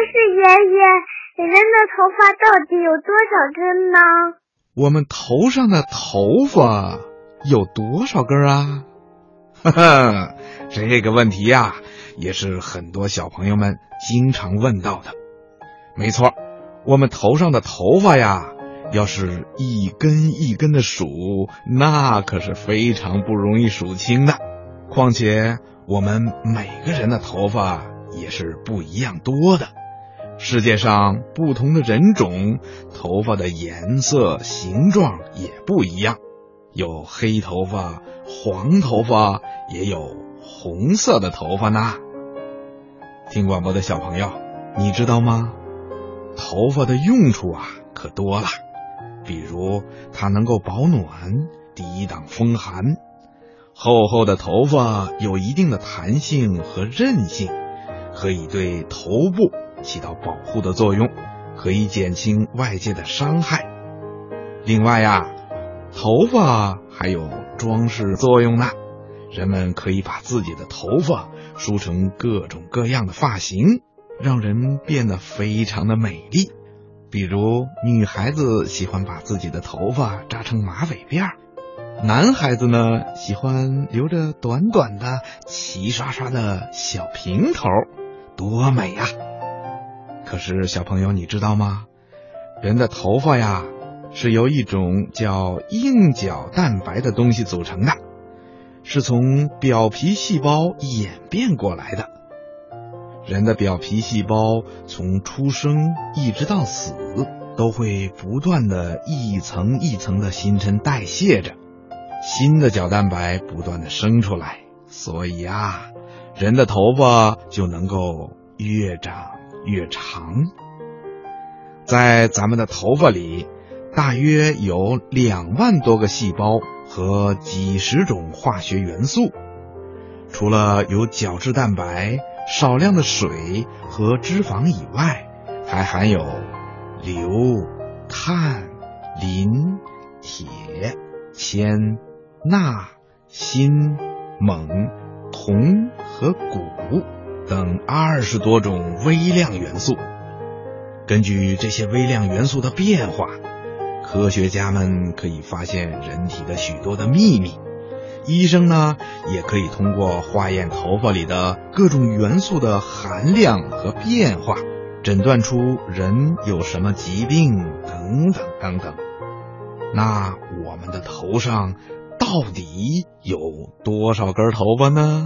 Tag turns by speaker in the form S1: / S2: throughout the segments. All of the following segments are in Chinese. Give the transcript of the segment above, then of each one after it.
S1: 是爷爷，人的头发到底有多少根呢？
S2: 我们头上的头发有多少根啊？哈哈，这个问题呀，也是很多小朋友们经常问到的。没错，我们头上的头发呀，要是一根一根的数，那可是非常不容易数清的。况且我们每个人的头发也是不一样多的。世界上不同的人种，头发的颜色、形状也不一样，有黑头发、黄头发，也有红色的头发呢。听广播的小朋友，你知道吗？头发的用处啊，可多了。比如它能够保暖，抵挡风寒。厚厚的头发有一定的弹性和韧性，可以对头部起到保护的作用，可以减轻外界的伤害。另外呀，头发还有装饰作用呢。人们可以把自己的头发梳成各种各样的发型，让人变得非常的美丽。比如女孩子喜欢把自己的头发扎成马尾辫，男孩子呢喜欢留着短短的齐刷刷的小平头，多美啊！可是小朋友你知道吗？人的头发呀是由一种叫硬角蛋白的东西组成的，是从表皮细胞演变过来的。人的表皮细胞从出生一直到死，都会不断的一层一层的新陈代谢着，新的角蛋白不断的生出来，所以啊，人的头发就能够越长越长。在咱们的头发里，大约有2万多个细胞和几十种化学元素。除了有角质蛋白、少量的水和脂肪以外，还含有硫、碳、磷、铁、铅、钠、锌、锰、铜和钴等20多种微量元素。根据这些微量元素的变化，科学家们可以发现人体的许多的秘密。医生呢，也可以通过化验头发里的各种元素的含量和变化，诊断出人有什么疾病等等等等。那我们的头上到底有多少根头发呢？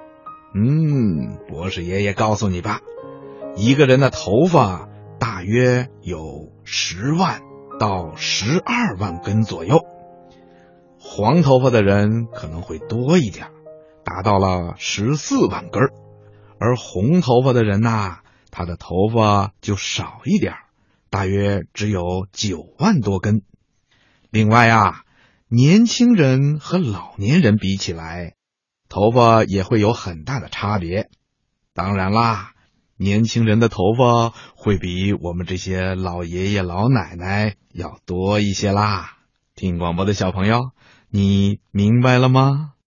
S2: 博士爷爷告诉你吧，一个人的头发大约有10万到12万根左右。黄头发的人可能会多一点，达到了14万根，而红头发的人呐，他的头发就少一点，大约只有9万多根。另外啊，年轻人和老年人比起来，头发也会有很大的差别。当然啦，年轻人的头发会比我们这些老爷爷老奶奶要多一些啦。听广播的小朋友，你明白了吗？